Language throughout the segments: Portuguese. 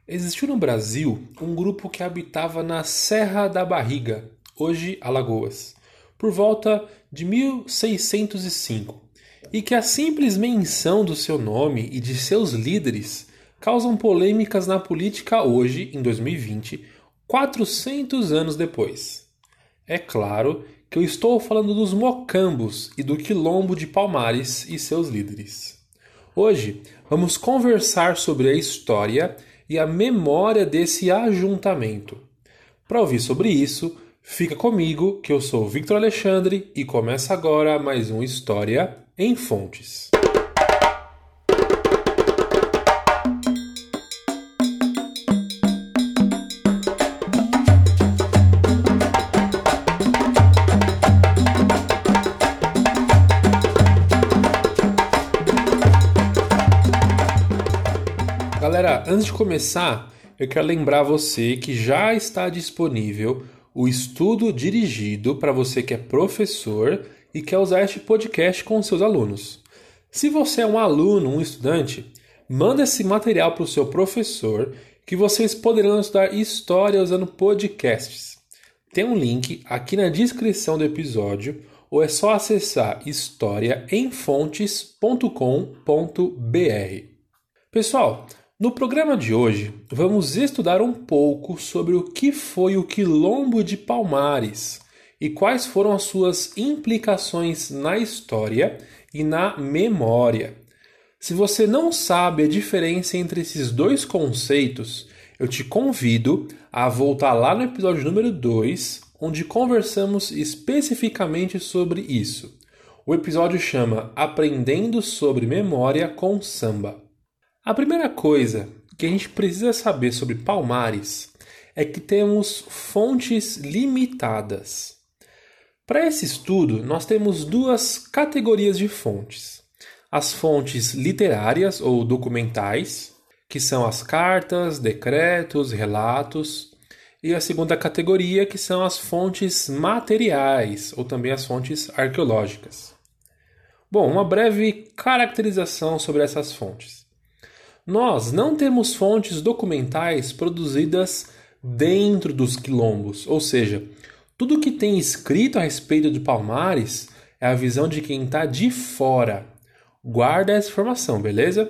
Existiu no Brasil um grupo que habitava na Serra da Barriga, hoje Alagoas, por volta de 1605, e que a simples menção do seu nome e de seus líderes causam polêmicas na política hoje, em 2020, 400 anos depois. É claro que eu estou falando dos Mocambos e do Quilombo de Palmares e seus líderes. Hoje vamos conversar sobre a história e a memória desse ajuntamento. Para ouvir sobre isso, fica comigo que eu sou Victor Alexandre e começa agora mais um História em Fontes. Galera, antes de começar, eu quero lembrar você que já está disponível o estudo dirigido para você que é professor e quer usar este podcast com seus alunos. Se você é um aluno, um estudante, manda esse material para o seu professor que vocês poderão estudar história usando podcasts. Tem um link aqui na descrição do episódio ou é só acessar historiaemfontes.com.br. Pessoal, no programa de hoje, vamos estudar um pouco sobre o que foi o Quilombo de Palmares e quais foram as suas implicações na história e na memória. Se você não sabe a diferença entre esses dois conceitos, eu te convido a voltar lá no episódio número 2, onde conversamos especificamente sobre isso. O episódio chama Aprendendo sobre Memória com Samba. A primeira coisa que a gente precisa saber sobre Palmares é que temos fontes limitadas. Para esse estudo, nós temos duas categorias de fontes. As fontes literárias ou documentais, que são as cartas, decretos, relatos, e a segunda categoria, que são as fontes materiais, ou também as fontes arqueológicas. Bom, uma breve caracterização sobre essas fontes. Nós não temos fontes documentais produzidas dentro dos quilombos, ou seja, tudo que tem escrito a respeito de Palmares é a visão de quem está de fora. Guarda essa informação, beleza?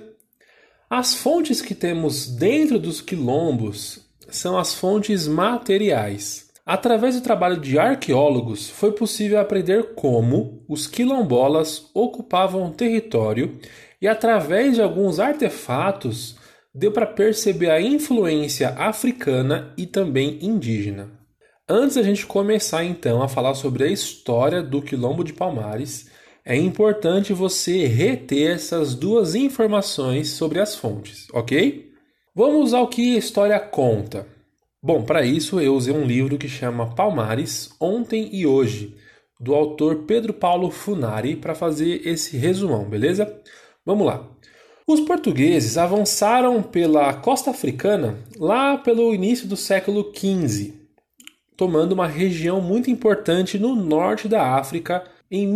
As fontes que temos dentro dos quilombos são as fontes materiais. Através do trabalho de arqueólogos, foi possível aprender como os quilombolas ocupavam o território e através de alguns artefatos deu para perceber a influência africana e também indígena. Antes da gente começar então a falar sobre a história do Quilombo de Palmares, é importante você reter essas duas informações sobre as fontes, ok? Vamos ao que a história conta. Bom, para isso eu usei um livro que chama Palmares, Ontem e Hoje, do autor Pedro Paulo Funari, para fazer esse resumão, beleza? Vamos lá. Os portugueses avançaram pela costa africana lá pelo início do século XV, tomando uma região muito importante no norte da África em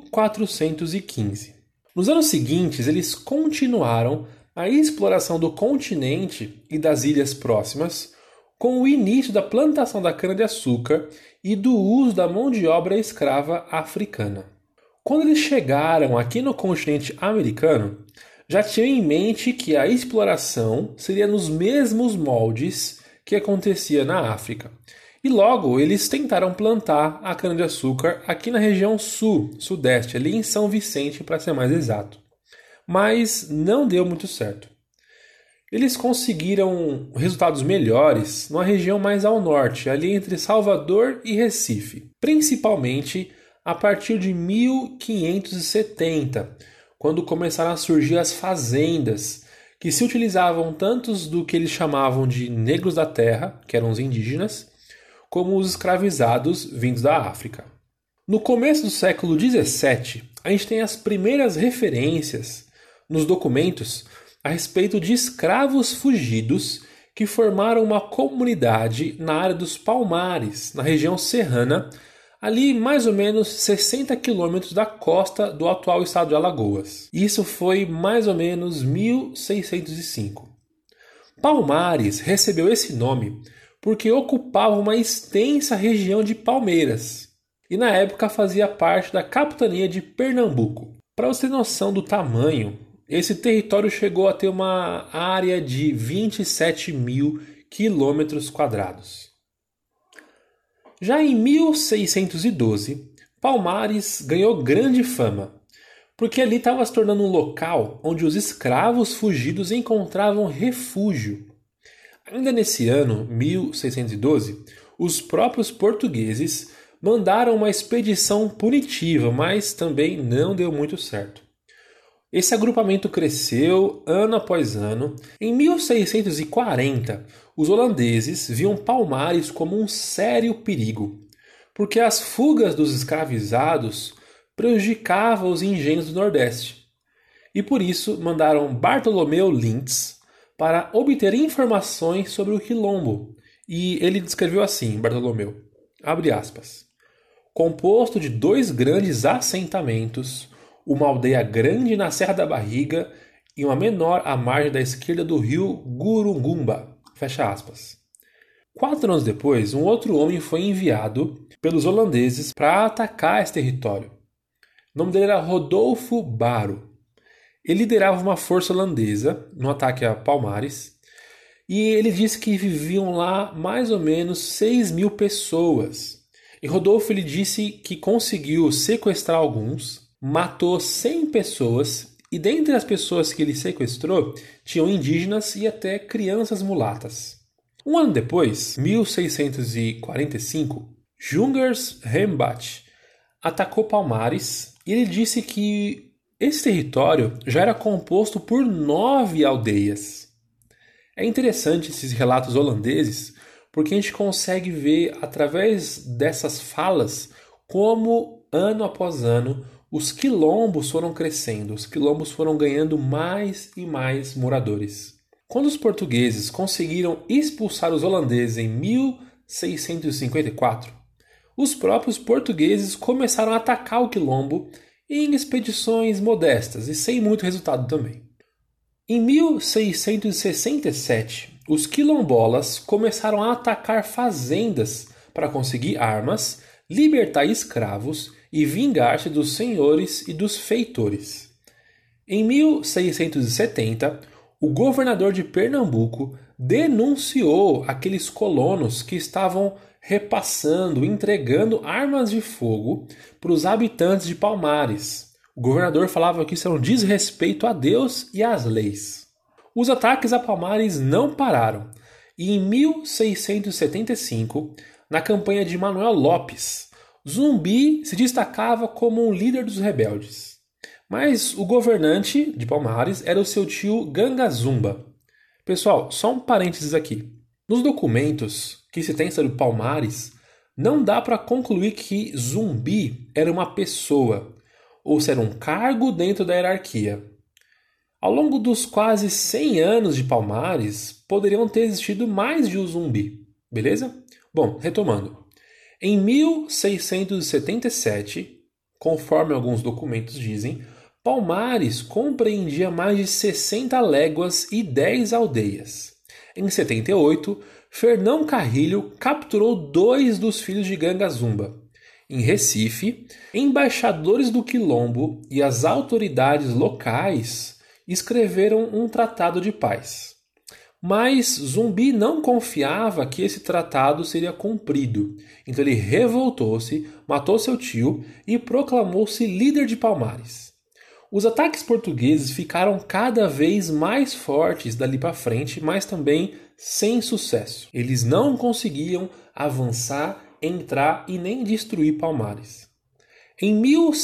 1415. Nos anos seguintes, eles continuaram a exploração do continente e das ilhas próximas, com o início da plantação da cana-de-açúcar e do uso da mão de obra escrava africana. Quando eles chegaram aqui no continente americano, já tinham em mente que a exploração seria nos mesmos moldes que acontecia na África. E logo eles tentaram plantar a cana-de-açúcar aqui na região sudeste, ali em São Vicente para ser mais exato. Mas não deu muito certo. Eles conseguiram resultados melhores numa região mais ao norte, ali entre Salvador e Recife, principalmente a partir de 1570, quando começaram a surgir as fazendas, que se utilizavam tanto do que eles chamavam de negros da terra, que eram os indígenas, como os escravizados vindos da África. No começo do século XVII, a gente tem as primeiras referências nos documentos a respeito de escravos fugidos que formaram uma comunidade na área dos Palmares, na região serrana, ali mais ou menos 60 quilômetros da costa do atual estado de Alagoas. Isso foi mais ou menos 1605. Palmares recebeu esse nome porque ocupava uma extensa região de Palmeiras e na época fazia parte da capitania de Pernambuco. Para você ter noção do tamanho, esse território chegou a ter uma área de 27 mil quilômetros quadrados. Já em 1612, Palmares ganhou grande fama, porque ali estava se tornando um local onde os escravos fugidos encontravam refúgio. Ainda nesse ano, 1612, os próprios portugueses mandaram uma expedição punitiva, mas também não deu muito certo. Esse agrupamento cresceu ano após ano. Em 1640, os holandeses viam Palmares como um sério perigo, porque as fugas dos escravizados prejudicavam os engenhos do Nordeste. E por isso mandaram Bartolomeu Lintz para obter informações sobre o quilombo. E ele descreveu assim, Bartolomeu, abre aspas, composto de 2 grandes assentamentos, uma aldeia grande na Serra da Barriga e uma menor à margem da esquerda do rio Gurungumba, fecha aspas. 4 anos depois, um outro homem foi enviado pelos holandeses para atacar esse território. O nome dele era Rodolfo Baro. Ele liderava uma força holandesa no ataque a Palmares e ele disse que viviam lá mais ou menos 6 mil pessoas. E Rodolfo ele disse que conseguiu sequestrar alguns, matou 100 pessoas e dentre as pessoas que ele sequestrou tinham indígenas e até crianças mulatas. Um ano depois, 1645, Jungers Rembrandt atacou Palmares e ele disse que esse território já era composto por 9 aldeias. É interessante esses relatos holandeses porque a gente consegue ver através dessas falas como ano após ano os quilombos foram crescendo, os quilombos foram ganhando mais e mais moradores. Quando os portugueses conseguiram expulsar os holandeses em 1654, os próprios portugueses começaram a atacar o quilombo em expedições modestas e sem muito resultado também. Em 1667, os quilombolas começaram a atacar fazendas para conseguir armas, libertar escravos e vingar-se dos senhores e dos feitores. Em 1670, o governador de Pernambuco denunciou aqueles colonos que estavam repassando, entregando armas de fogo para os habitantes de Palmares. O governador falava que isso era um desrespeito a Deus e às leis. Os ataques a Palmares não pararam e em 1675, na campanha de Manuel Lopes, Zumbi se destacava como um líder dos rebeldes. Mas o governante de Palmares era o seu tio Gangazumba. Pessoal, só um parênteses aqui. Nos documentos que se tem sobre Palmares, não dá para concluir que Zumbi era uma pessoa, ou se era um cargo dentro da hierarquia. Ao longo dos quase 100 anos de Palmares, poderiam ter existido mais de um Zumbi, beleza? Bom, retomando. Em 1677, conforme alguns documentos dizem, Palmares compreendia mais de 60 léguas e 10 aldeias. Em 78, Fernão Carrilho capturou 2 dos filhos de Gangazumba. Em Recife, embaixadores do Quilombo e as autoridades locais escreveram um tratado de paz. Mas Zumbi não confiava que esse tratado seria cumprido, então ele revoltou-se, matou seu tio e proclamou-se líder de Palmares. Os ataques portugueses ficaram cada vez mais fortes dali para frente, mas também sem sucesso. Eles não conseguiam avançar, entrar e nem destruir Palmares. Em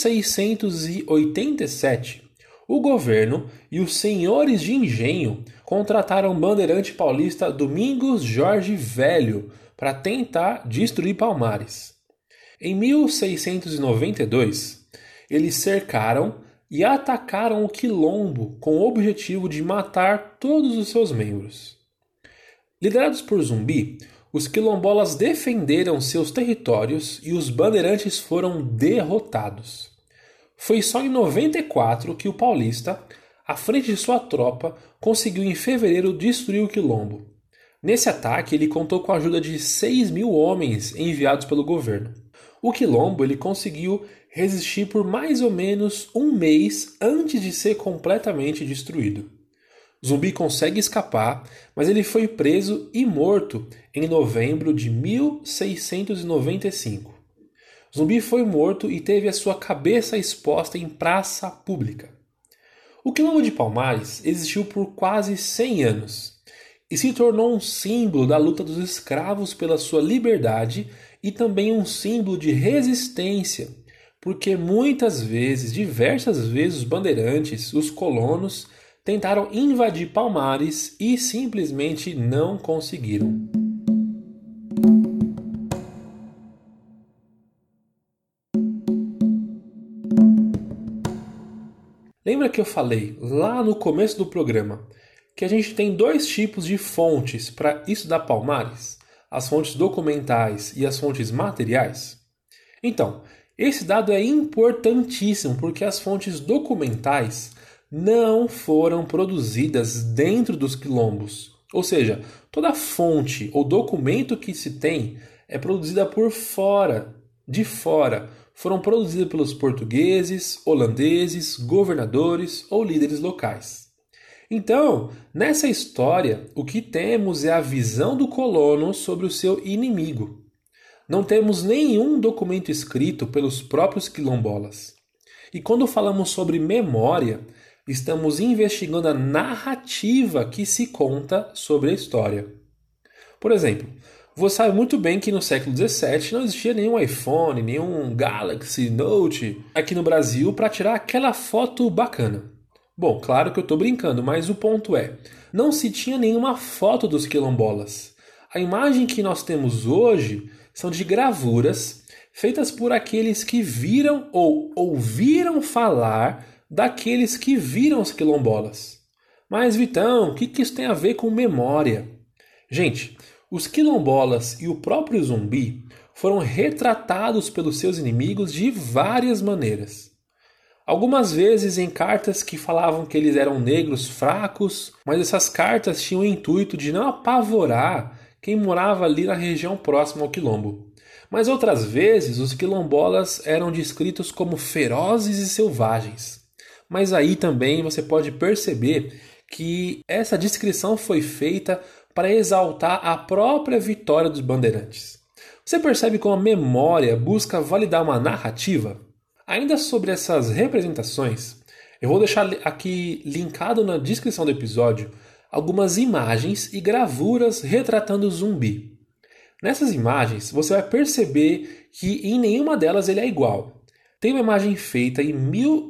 1687, o governo e os senhores de engenho contrataram o bandeirante paulista Domingos Jorge Velho para tentar destruir Palmares. Em 1692, eles cercaram e atacaram o quilombo com o objetivo de matar todos os seus membros. Liderados por Zumbi, os quilombolas defenderam seus territórios e os bandeirantes foram derrotados. Foi só em 94 que o paulista, à frente de sua tropa, conseguiu em fevereiro destruir o quilombo. Nesse ataque, ele contou com a ajuda de 6.000 homens enviados pelo governo. O quilombo ele conseguiu resistir por mais ou menos um mês antes de ser completamente destruído. Zumbi consegue escapar, mas ele foi preso e morto em novembro de 1695. Zumbi foi morto e teve a sua cabeça exposta em praça pública. O quilombo de Palmares existiu por quase 100 anos e se tornou um símbolo da luta dos escravos pela sua liberdade e também um símbolo de resistência, porque muitas vezes, diversas vezes, os bandeirantes, os colonos, tentaram invadir Palmares e simplesmente não conseguiram. Lembra que eu falei lá no começo do programa que a gente tem dois tipos de fontes para estudar Palmares? As fontes documentais e as fontes materiais? Então, esse dado é importantíssimo porque as fontes documentais não foram produzidas dentro dos quilombos. Ou seja, toda fonte ou documento que se tem é produzida por fora, de fora. Foram produzidas pelos portugueses, holandeses, governadores ou líderes locais. Então, nessa história, o que temos é a visão do colono sobre o seu inimigo. Não temos nenhum documento escrito pelos próprios quilombolas. E quando falamos sobre memória, estamos investigando a narrativa que se conta sobre a história. Por exemplo, você sabe muito bem que no século XVII não existia nenhum iPhone, nenhum Galaxy Note aqui no Brasil para tirar aquela foto bacana. Bom, claro que eu estou brincando, mas o ponto é, não se tinha nenhuma foto dos quilombolas. A imagem que nós temos hoje são de gravuras feitas por aqueles que viram ou ouviram falar daqueles que viram os quilombolas. Mas, Vitão, o que isso tem a ver com memória? Gente, os quilombolas e o próprio Zumbi foram retratados pelos seus inimigos de várias maneiras. Algumas vezes em cartas que falavam que eles eram negros fracos, mas essas cartas tinham o intuito de não apavorar quem morava ali na região próxima ao quilombo. Mas outras vezes os quilombolas eram descritos como ferozes e selvagens. Mas aí também você pode perceber que essa descrição foi feita para exaltar a própria vitória dos bandeirantes. Você percebe como a memória busca validar uma narrativa? Ainda sobre essas representações, eu vou deixar aqui linkado na descrição do episódio algumas imagens e gravuras retratando o Zumbi. Nessas imagens, você vai perceber que em nenhuma delas ele é igual. Tem uma imagem feita em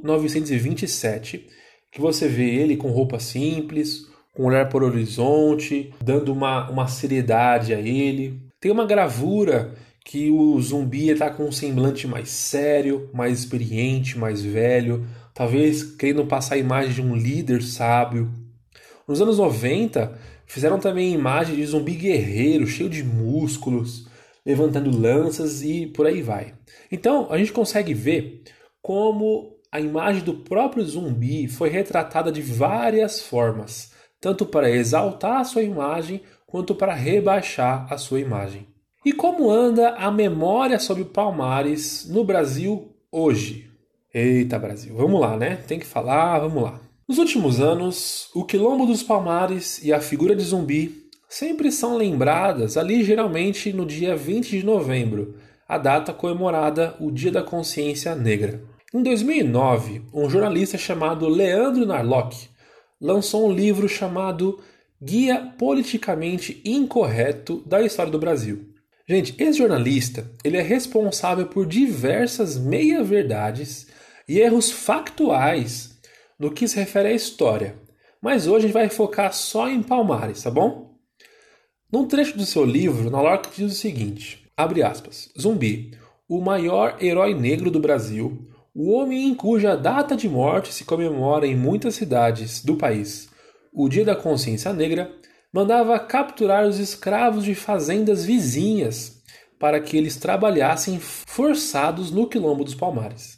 1927, que você vê ele com roupa simples, com olhar para o horizonte, dando uma seriedade a ele. Tem uma gravura que o Zumbi está com um semblante mais sério, mais experiente, mais velho, talvez querendo passar a imagem de um líder sábio. Nos anos 90, fizeram também imagem de Zumbi guerreiro, cheio de músculos, levantando lanças e por aí vai. Então, a gente consegue ver como a imagem do próprio Zumbi foi retratada de várias formas, tanto para exaltar a sua imagem, quanto para rebaixar a sua imagem. E como anda a memória sobre Palmares no Brasil hoje? Eita, Brasil, vamos lá, né? Tem que falar, vamos lá. Nos últimos anos, o Quilombo dos Palmares e a figura de Zumbi sempre são lembradas ali geralmente no dia 20 de novembro, a data comemorada o Dia da Consciência Negra. Em 2009, um jornalista chamado Leandro Narlock lançou um livro chamado Guia Politicamente Incorreto da História do Brasil. Gente, esse jornalista ele é responsável por diversas meia-verdades e erros factuais no que se refere à história. Mas hoje a gente vai focar só em Palmares, tá bom? Num trecho do seu livro, Narlock diz o seguinte, abre aspas, Zumbi, o maior herói negro do Brasil, o homem em cuja data de morte se comemora em muitas cidades do país, o Dia da Consciência Negra, mandava capturar os escravos de fazendas vizinhas para que eles trabalhassem forçados no Quilombo dos Palmares.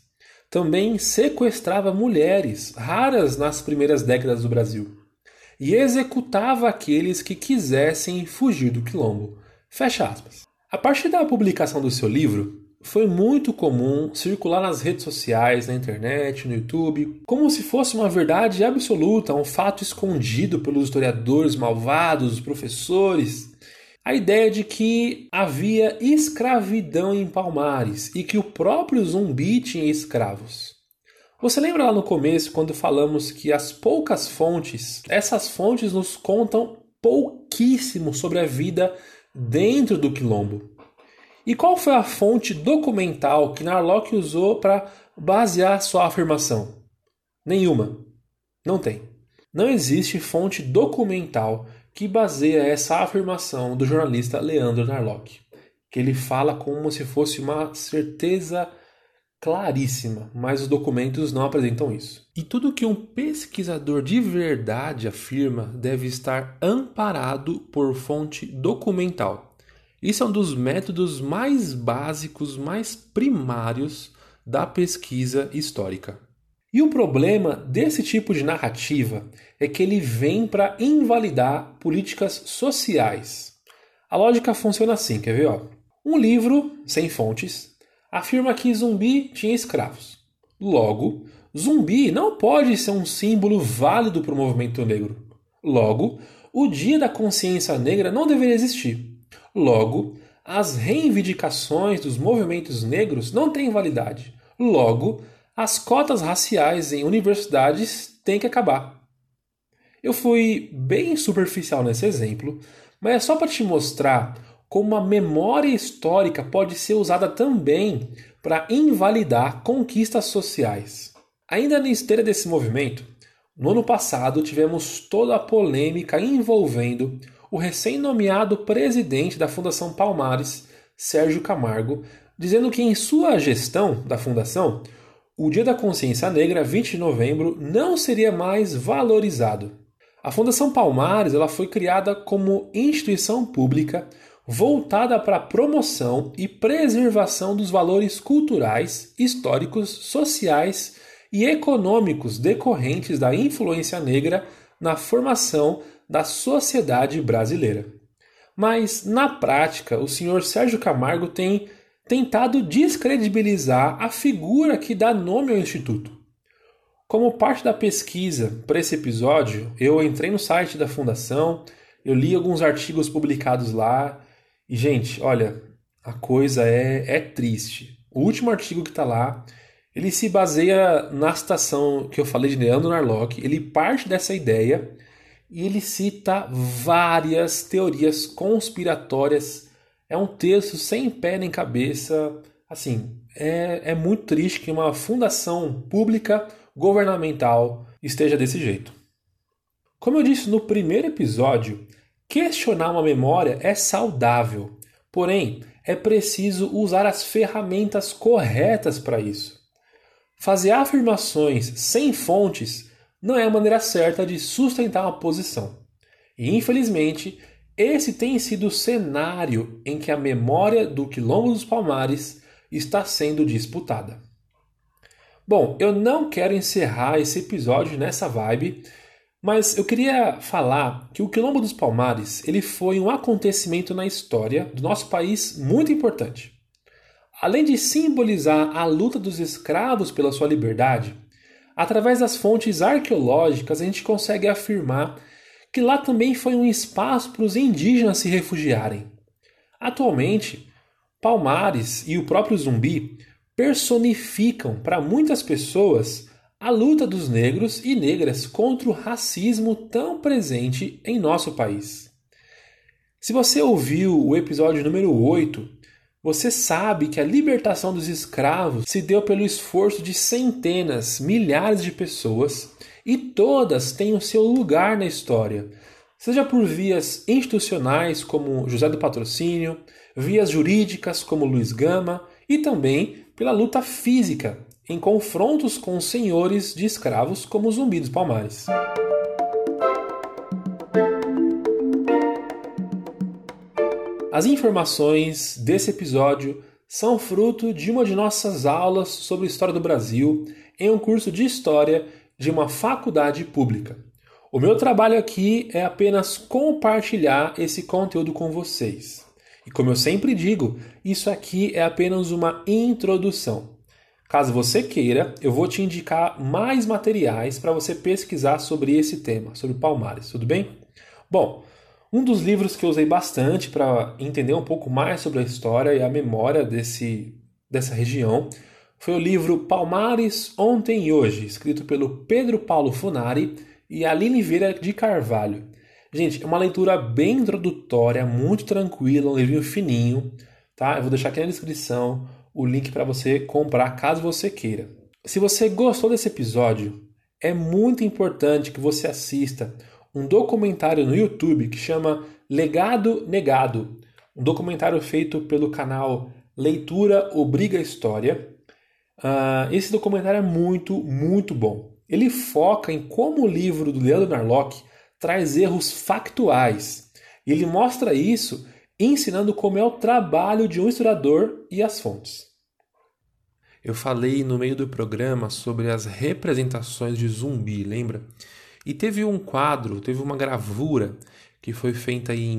também sequestrava mulheres, raras nas primeiras décadas do Brasil, e executava aqueles que quisessem fugir do quilombo. Fecha aspas. A partir da publicação do seu livro, foi muito comum circular nas redes sociais, na internet, no YouTube, como se fosse uma verdade absoluta, um fato escondido pelos historiadores malvados, os professores, a ideia de que havia escravidão em Palmares e que o próprio Zumbi tinha escravos. Você lembra lá no começo quando falamos que as poucas fontes, essas fontes nos contam pouquíssimo sobre a vida dentro do quilombo? E qual foi a fonte documental que Narlock usou para basear sua afirmação? Nenhuma. Não tem. Não existe fonte documental que baseia essa afirmação do jornalista Leandro Narlock, que ele fala como se fosse uma certeza claríssima, mas os documentos não apresentam isso. E tudo que um pesquisador de verdade afirma deve estar amparado por fonte documental. Isso é um dos métodos mais básicos, mais primários da pesquisa histórica. E o problema desse tipo de narrativa é que ele vem para invalidar políticas sociais. A lógica funciona assim, quer ver? Um livro, sem fontes, afirma que Zumbi tinha escravos. Logo, Zumbi não pode ser um símbolo válido para o movimento negro. Logo, o Dia da Consciência Negra não deveria existir. Logo, as reivindicações dos movimentos negros não têm validade. Logo, as cotas raciais em universidades têm que acabar. Eu fui bem superficial nesse exemplo, mas é só para te mostrar como a memória histórica pode ser usada também para invalidar conquistas sociais. Ainda na esteira desse movimento, no ano passado tivemos toda a polêmica envolvendo o recém-nomeado presidente da Fundação Palmares, Sérgio Camargo, dizendo que em sua gestão da fundação, o Dia da Consciência Negra, 20 de novembro, não seria mais valorizado. A Fundação Palmares ela foi criada como instituição pública voltada para a promoção e preservação dos valores culturais, históricos, sociais e econômicos decorrentes da influência negra na formação da sociedade brasileira. Mas, na prática, o senhor Sérgio Camargo tem tentado descredibilizar a figura que dá nome ao Instituto. Como parte da pesquisa para esse episódio, eu entrei no site da Fundação, eu li alguns artigos publicados lá, e, gente, olha, a coisa é triste. O último artigo que está lá, ele se baseia na citação que eu falei de Leandro Narlock, ele parte dessa ideia e ele cita várias teorias conspiratórias. É um texto sem pé nem cabeça. Assim, é muito triste que uma fundação pública governamental esteja desse jeito. Como eu disse no primeiro episódio, questionar uma memória é saudável, porém é preciso usar as ferramentas corretas para isso. Fazer afirmações sem fontes não é a maneira certa de sustentar uma posição. E, infelizmente, esse tem sido o cenário em que a memória do Quilombo dos Palmares está sendo disputada. Bom, eu não quero encerrar esse episódio nessa vibe, mas eu queria falar que o Quilombo dos Palmares ele foi um acontecimento na história do nosso país muito importante. Além de simbolizar a luta dos escravos pela sua liberdade, através das fontes arqueológicas a gente consegue afirmar que lá também foi um espaço para os indígenas se refugiarem. Atualmente, Palmares e o próprio Zumbi personificam para muitas pessoas a luta dos negros e negras contra o racismo tão presente em nosso país. Se você ouviu o episódio número 8, você sabe que a libertação dos escravos se deu pelo esforço de centenas, milhares de pessoas e todas têm o seu lugar na história, seja por vias institucionais como José do Patrocínio, vias jurídicas como Luiz Gama e também pela luta física em confrontos com senhores de escravos como o Zumbi dos Palmares. As informações desse episódio são fruto de uma de nossas aulas sobre história do Brasil em um curso de história de uma faculdade pública. O meu trabalho aqui é apenas compartilhar esse conteúdo com vocês. E como eu sempre digo, isso aqui é apenas uma introdução. Caso você queira, eu vou te indicar mais materiais para você pesquisar sobre esse tema, sobre Palmares, tudo bem? Bom, um dos livros que eu usei bastante para entender um pouco mais sobre a história e a memória dessa região foi o livro Palmares, Ontem e Hoje, escrito pelo Pedro Paulo Funari e Aline Vieira de Carvalho. Gente, é uma leitura bem introdutória, muito tranquila, um livrinho fininho, tá? Eu vou deixar aqui na descrição o link para você comprar, caso você queira. Se você gostou desse episódio, é muito importante que você assista um documentário no YouTube que chama Legado Negado, um documentário feito pelo canal Leitura Obriga História. Esse documentário é muito, muito bom. Ele foca em como o livro do Leandro Narlock traz erros factuais. E ele mostra isso ensinando como é o trabalho de um historiador e as fontes. Eu falei no meio do programa sobre as representações de zumbi, lembra? E teve um quadro, teve uma gravura que foi feita em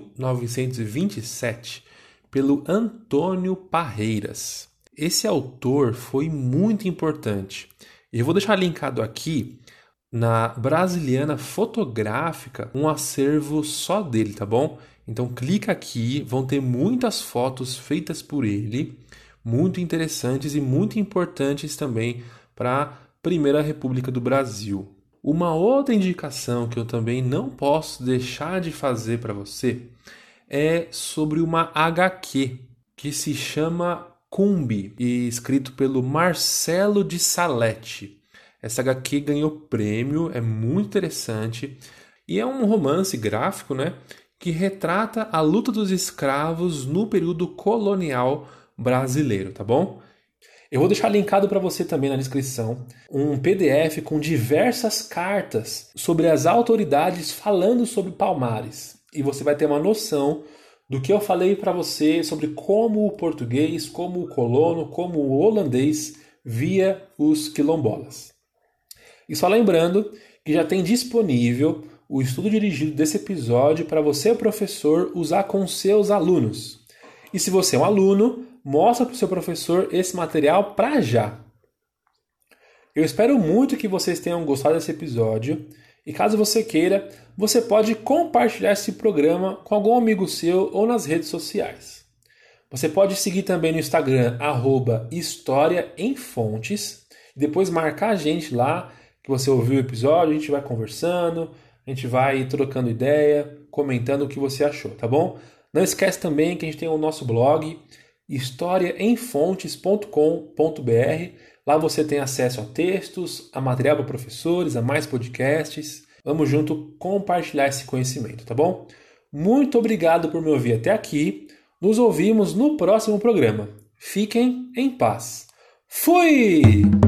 1927 pelo Antônio Parreiras. Esse autor foi muito importante. Eu vou deixar linkado aqui na Brasiliana Fotográfica um acervo só dele, tá bom? Então clica aqui, vão ter muitas fotos feitas por ele, muito interessantes e muito importantes também para a Primeira República do Brasil. Uma outra indicação que eu também não posso deixar de fazer para você é sobre uma HQ que se chama Cumbi, e escrito pelo Marcelo de Salete. Essa HQ ganhou prêmio, é muito interessante e é um romance gráfico, né, que retrata a luta dos escravos no período colonial brasileiro, tá bom? Eu vou deixar linkado para você também na descrição um PDF com diversas cartas sobre as autoridades falando sobre Palmares. E você vai ter uma noção do que eu falei para você sobre como o português, como o colono, como o holandês via os quilombolas. E só lembrando que já tem disponível o estudo dirigido desse episódio para você, professor, usar com seus alunos. E se você é um aluno, mostra para o seu professor esse material para já. Eu espero muito que vocês tenham gostado desse episódio e caso você queira, você pode compartilhar esse programa com algum amigo seu ou nas redes sociais. Você pode seguir também no Instagram @historiaemfontes e depois marcar a gente lá que você ouviu o episódio, a gente vai conversando, a gente vai trocando ideia, comentando o que você achou, tá bom? Não esquece também que a gente tem o nosso blog historiaemfontes.com.br. Lá você tem acesso a textos, a material para professores, a mais podcasts. Vamos junto compartilhar esse conhecimento, tá bom? Muito obrigado por me ouvir até aqui. Nos ouvimos no próximo programa. Fiquem em paz. Fui!